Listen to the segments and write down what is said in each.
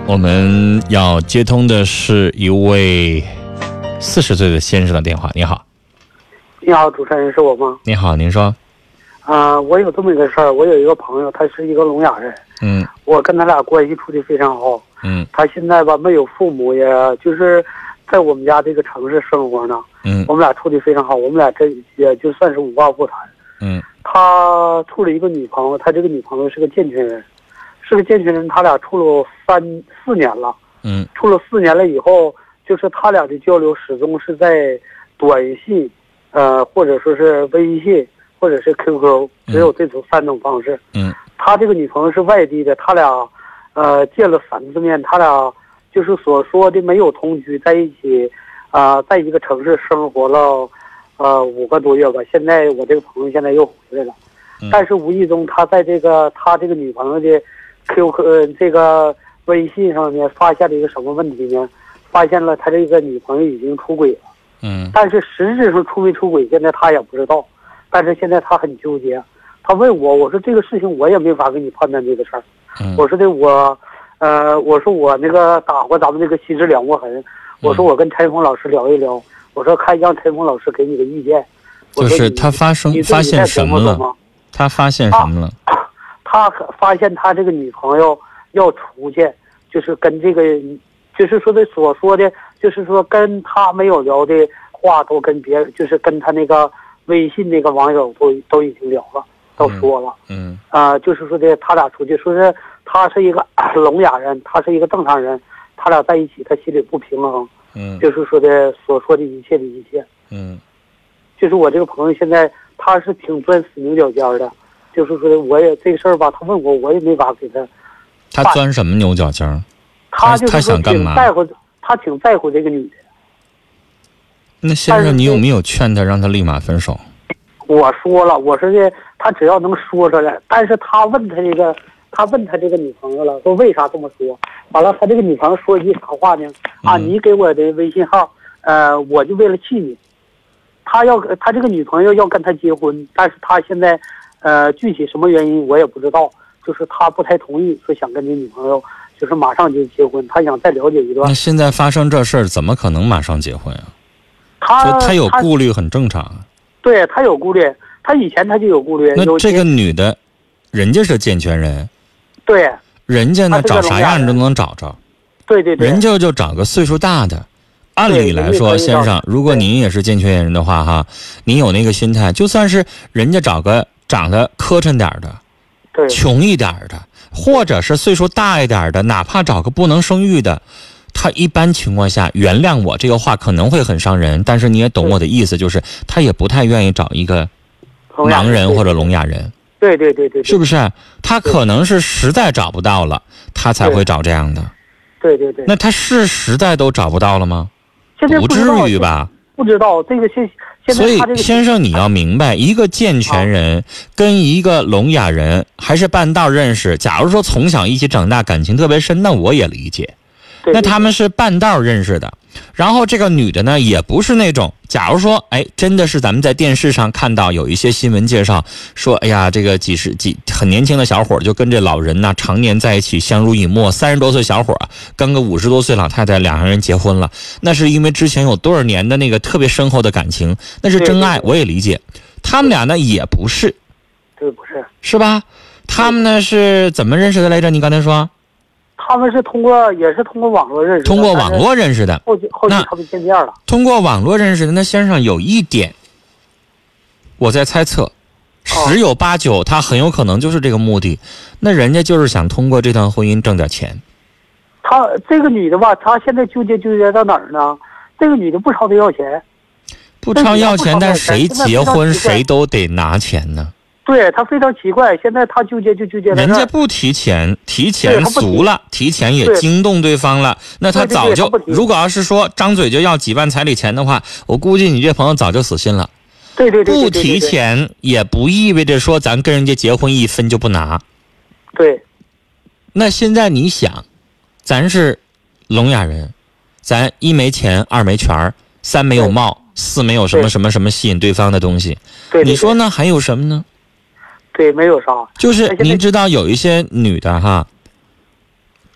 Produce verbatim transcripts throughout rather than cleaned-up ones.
我们要接通的是一位四十岁的先生的电话。你好。 你好，主持人，是我吗？ 你好，您说。 啊、呃，我有这么一个事儿，我有一个朋友，他是一个聋哑人。 嗯。 我跟他俩关系处的非常好。 嗯。 他现在吧没有父母，也就是在我们家这个城市生活呢。 嗯。 我们俩处的非常好，我们俩这也就算是无话不谈。 嗯。 他处了一个女朋友，他这个女朋友是个健全人，是个健全人，他俩处了三四年了。 嗯。 处了四年了以后，就是他俩的交流始终是在短信，呃，或者说是微信，或者是 Q Q， 只有这种三种方式。 嗯。 他这个女朋友是外地的，他俩呃见了三次面，他俩就是所说的没有同居在一起，啊、呃，在一个城市生活了呃五个多月吧。现在我这个朋友现在又回来了， 嗯、 但是无意中他在这个他这个女朋友的 Q Q、呃、这个微信上呢，发现了一个什么问题呢？发现了他这个女朋友已经出轨了。 嗯。 但是实质上出没出轨，现在他也不知道。但是现在他很纠结，他问我，我说这个事情我也没法给你判断这个事儿。 嗯。 我说的我，呃，我说我那个打过咱们这个西直两过痕，我说我跟陈峰老师聊一聊，我说看让陈峰老师给你个意见。 就是他发生发现什么了？他发现什么了？ 他, 他发现他这个女朋友要出去，就是跟这个，就是说的所说的，就是说跟他没有聊的话都跟别人，就是跟他那个微信那个网友都都已经聊了，都说了。 嗯。 啊、呃，就是说的他俩出去，说是他是一个聋哑人，他是一个正常人，他俩在一起，他心里不平衡。 嗯。 就是说的所说的一切的一切。 嗯。 就是我这个朋友现在他是挺钻死牛角尖的，就是说的我也这个事儿吧，他问我我也没法给他。 他钻什么牛角尖？ 他就是他想干嘛？ 在乎他挺在乎这个女的。 那先生，你有没有劝他让他立马分手？ 我说了，我说的他只要能说出来，但是他问他这个，他问他这个女朋友了，说为啥这么说？完了，他这个女朋友说一句啥话呢？啊，你给我的微信号，呃，我就为了气你。他要他这个女朋友要跟他结婚，但是他现在，呃，具体什么原因我也不知道，就是他不太同意，说想跟这女朋友就是马上就结婚，他想再了解一段。 那现在发生这事儿，怎么可能马上结婚啊？ 他他有顾虑很正常啊。 对，他有顾虑，他以前他就有顾虑。 那这个女的，人家是健全人。 对。 人家呢，找啥样都能找着。 对对对。 人家就找个岁数大的。按理来说，先生，如果您也是健全人的话，哈，您有那个心态，就算是人家找个长得磕碜点的， 对， 穷一点的，或者是岁数大一点的，哪怕找个不能生育的，他一般情况下，原谅我这个话可能会很伤人，但是你也懂我的意思，就是他也不太愿意找一个盲人或者聋哑人。 对对对对， 是不是？他可能是实在找不到了，他才会找这样的。 对对对。 那他是实在都找不到了吗？不至于吧？ 不知道这个现现在。 所以先生，你要明白，一个健全人跟一个聋哑人还是半道认识。假如说从小一起长大，感情特别深，那我也理解。那他们是半道认识的，然后这个女的呢，也不是那种，假如说，哎，真的是咱们在电视上看到有一些新闻介绍说，哎呀，这个几十几很年轻的小伙就跟这老人呐、啊、常年在一起相濡以沫，三十多岁小伙啊跟个五十多岁老太太两个人结婚了，那是因为之前有多少年的那个特别深厚的感情，那是真爱，我也理解。他们俩呢也不是， 对，不是， 是吧？他们呢是怎么认识的来着？你刚才说？ 他们是通过，也是通过网络认识的。 通过网络认识的。 后期后期他们见面了。 通过网络认识的，那先生有一点，我在猜测，十有八九，他很有可能就是这个目的。那人家就是想通过这段婚姻挣点钱。 他这个女的吧，她现在纠结纠结到哪儿呢？这个女的不朝他要钱。 不朝要钱，但谁结婚谁都得拿钱呢。 对，他非常奇怪，现在他纠结就纠结在人家不提钱，提钱俗了，提钱也惊动对方了。那他早就，如果要是说张嘴就要几万彩礼钱的话，我估计你这朋友早就死心了。 对对对， 不提钱也不意味着说咱跟人家结婚一分就不拿。 对。 那现在你想，咱是聋哑人，咱一没钱，二没权，三没有貌，四没有什么什么什么吸引对方的东西。 对， 你说呢？还有什么呢？ 对，没有啥。 就是您知道有一些女的哈，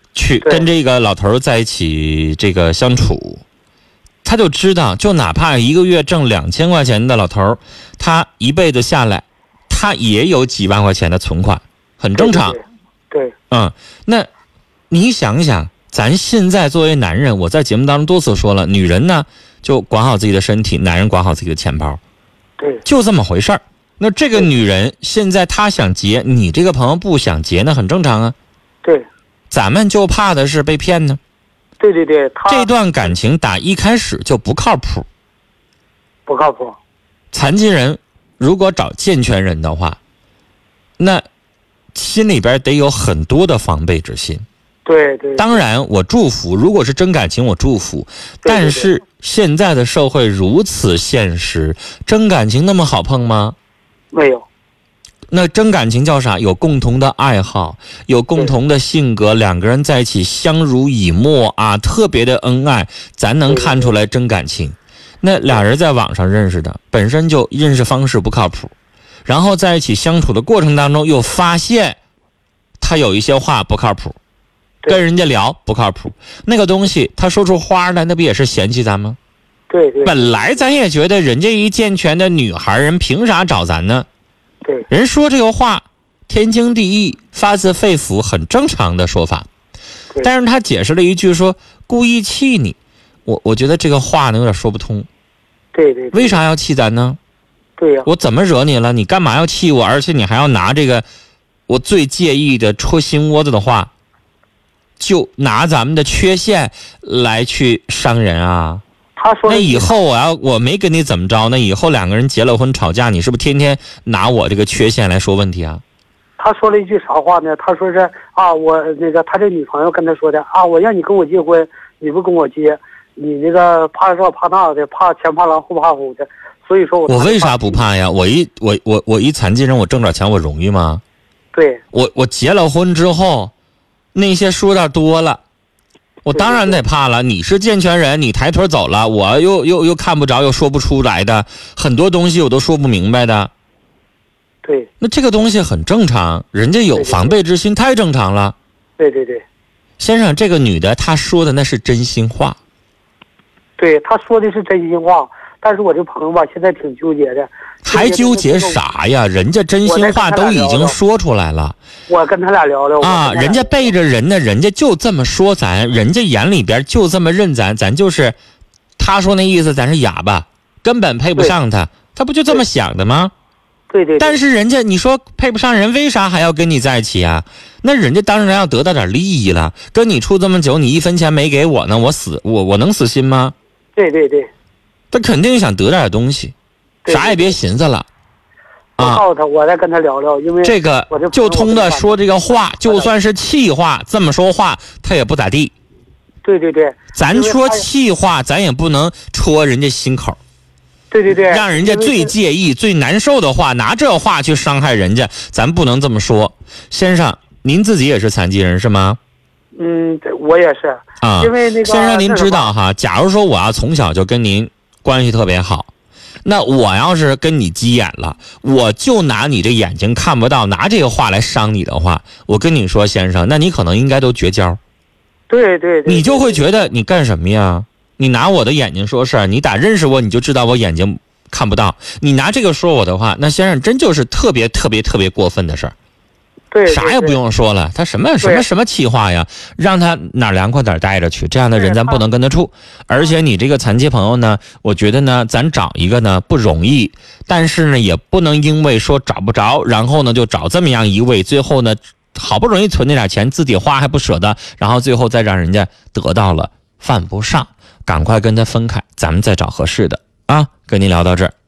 去跟这个老头在一起这个相处，他就知道，就哪怕一个月挣两千块钱的老头，他一辈子下来，他也有几万块钱的存款，很正常。 对， 对， 对， 嗯，那你想想，咱现在作为男人，我在节目当中多次说了，女人呢就管好自己的身体，男人管好自己的钱包， 对， 就这么回事儿。那这个女人现在她想结，你这个朋友不想结，那很正常啊。 对， 咱们就怕的是被骗呢。 对对对，他这段感情打一开始就不靠谱。 不靠谱。 残疾人如果找健全人的话，那心里边得有很多的防备之心。 对对。 当然，我祝福，如果是真感情，我祝福。 对对对， 但是现在的社会如此现实，真感情那么好碰吗？ 没有。 那真感情叫啥？有共同的爱好，有共同的性格，两个人在一起相濡以沫啊，特别的恩爱，咱能看出来真感情。那俩人在网上认识的，本身就认识方式不靠谱，然后在一起相处的过程当中又发现他有一些话不靠谱，跟人家聊不靠谱，那个东西他说出花来，那不也是嫌弃咱吗？ 对对。 本来咱也觉得人家一健全的女孩，人凭啥找咱呢？ 对， 人说这个话天经地义，发自肺腑，很正常的说法。但是他解释了一句说故意气你，我我觉得这个话呢有点说不通。 对 对, 对。 为啥要气咱呢？ 对呀、啊。 我怎么惹你了？你干嘛要气我？而且你还要拿这个我最介意的戳心窝子的话，就拿咱们的缺陷来去伤人啊！ 他说那以后我要我没跟你怎么着，那以后两个人结了婚吵架，你是不是天天拿我这个缺陷来说问题啊？ 他说了一句啥话呢？他说是啊，我那个他这女朋友跟他说的啊，我让你跟我结婚，你不跟我结，你那个怕这怕那的，怕前怕狼后怕虎的，所以说我我为啥不怕呀？我一我我我一残疾人，我挣点钱我容易吗？ 对， 我我结了婚之后，那些说点多了。我当然得怕了，你是健全人，你抬腿走了，我又又又看不着，又说不出来的，很多东西我都说不明白的。 对， 那这个东西很正常，人家有防备之心，太正常了。 对对对， 先生，这个女的她说的那是真心话。 对，她说的是真心话，但是我这朋友吧，现在挺纠结的。 还纠结啥呀？人家真心话都已经说出来了。 我跟他俩聊聊啊，人家背着人呢，人家就这么说咱，人家眼里边就这么认咱，咱就是他说那意思，咱是哑巴，根本配不上他，他不就这么想的吗？ 对 对, 对。 但是人家你说配不上人，为啥还要跟你在一起啊？那人家当然要得到点利益了，跟你处这么久，你一分钱没给我呢，我死我我能死心吗？ 对对对。 他肯定想得点东西。啥也别寻思了， 啊！我告诉他，我再跟他聊聊，因为这个就通的说这个话，就算是气话，这么说话他也不咋地。 对对对， 咱说气话，咱也不能戳人家心口。 对对对， 让人家最介意、最难受的话，拿这话去伤害人家，咱不能这么说。先生，您自己也是残疾人是吗？ 嗯，我也是啊。 因为那个先生，您知道哈，假如说我要从小就跟您关系特别好。那我要是跟你急眼了，我就拿你这眼睛看不到，拿这个话来伤你的话，我跟你说，先生，那你可能应该都绝交。 对对对， 你就会觉得你干什么呀？你拿我的眼睛说事儿，你打认识我你就知道我眼睛看不到，你拿这个说我的话，那先生真就是特别特别特别过分的事儿。 对， 啥也不用说了，他什么什么什么气话呀，让他哪凉快点待着去，这样的人咱不能跟他处。而且你这个残疾朋友呢，我觉得呢，咱找一个呢不容易，但是呢也不能因为说找不着，然后呢就找这么样一位，最后呢好不容易存那点钱自己花还不舍得，然后最后再让人家得到了犯不上，赶快跟他分开，咱们再找合适的啊。跟您聊到这儿。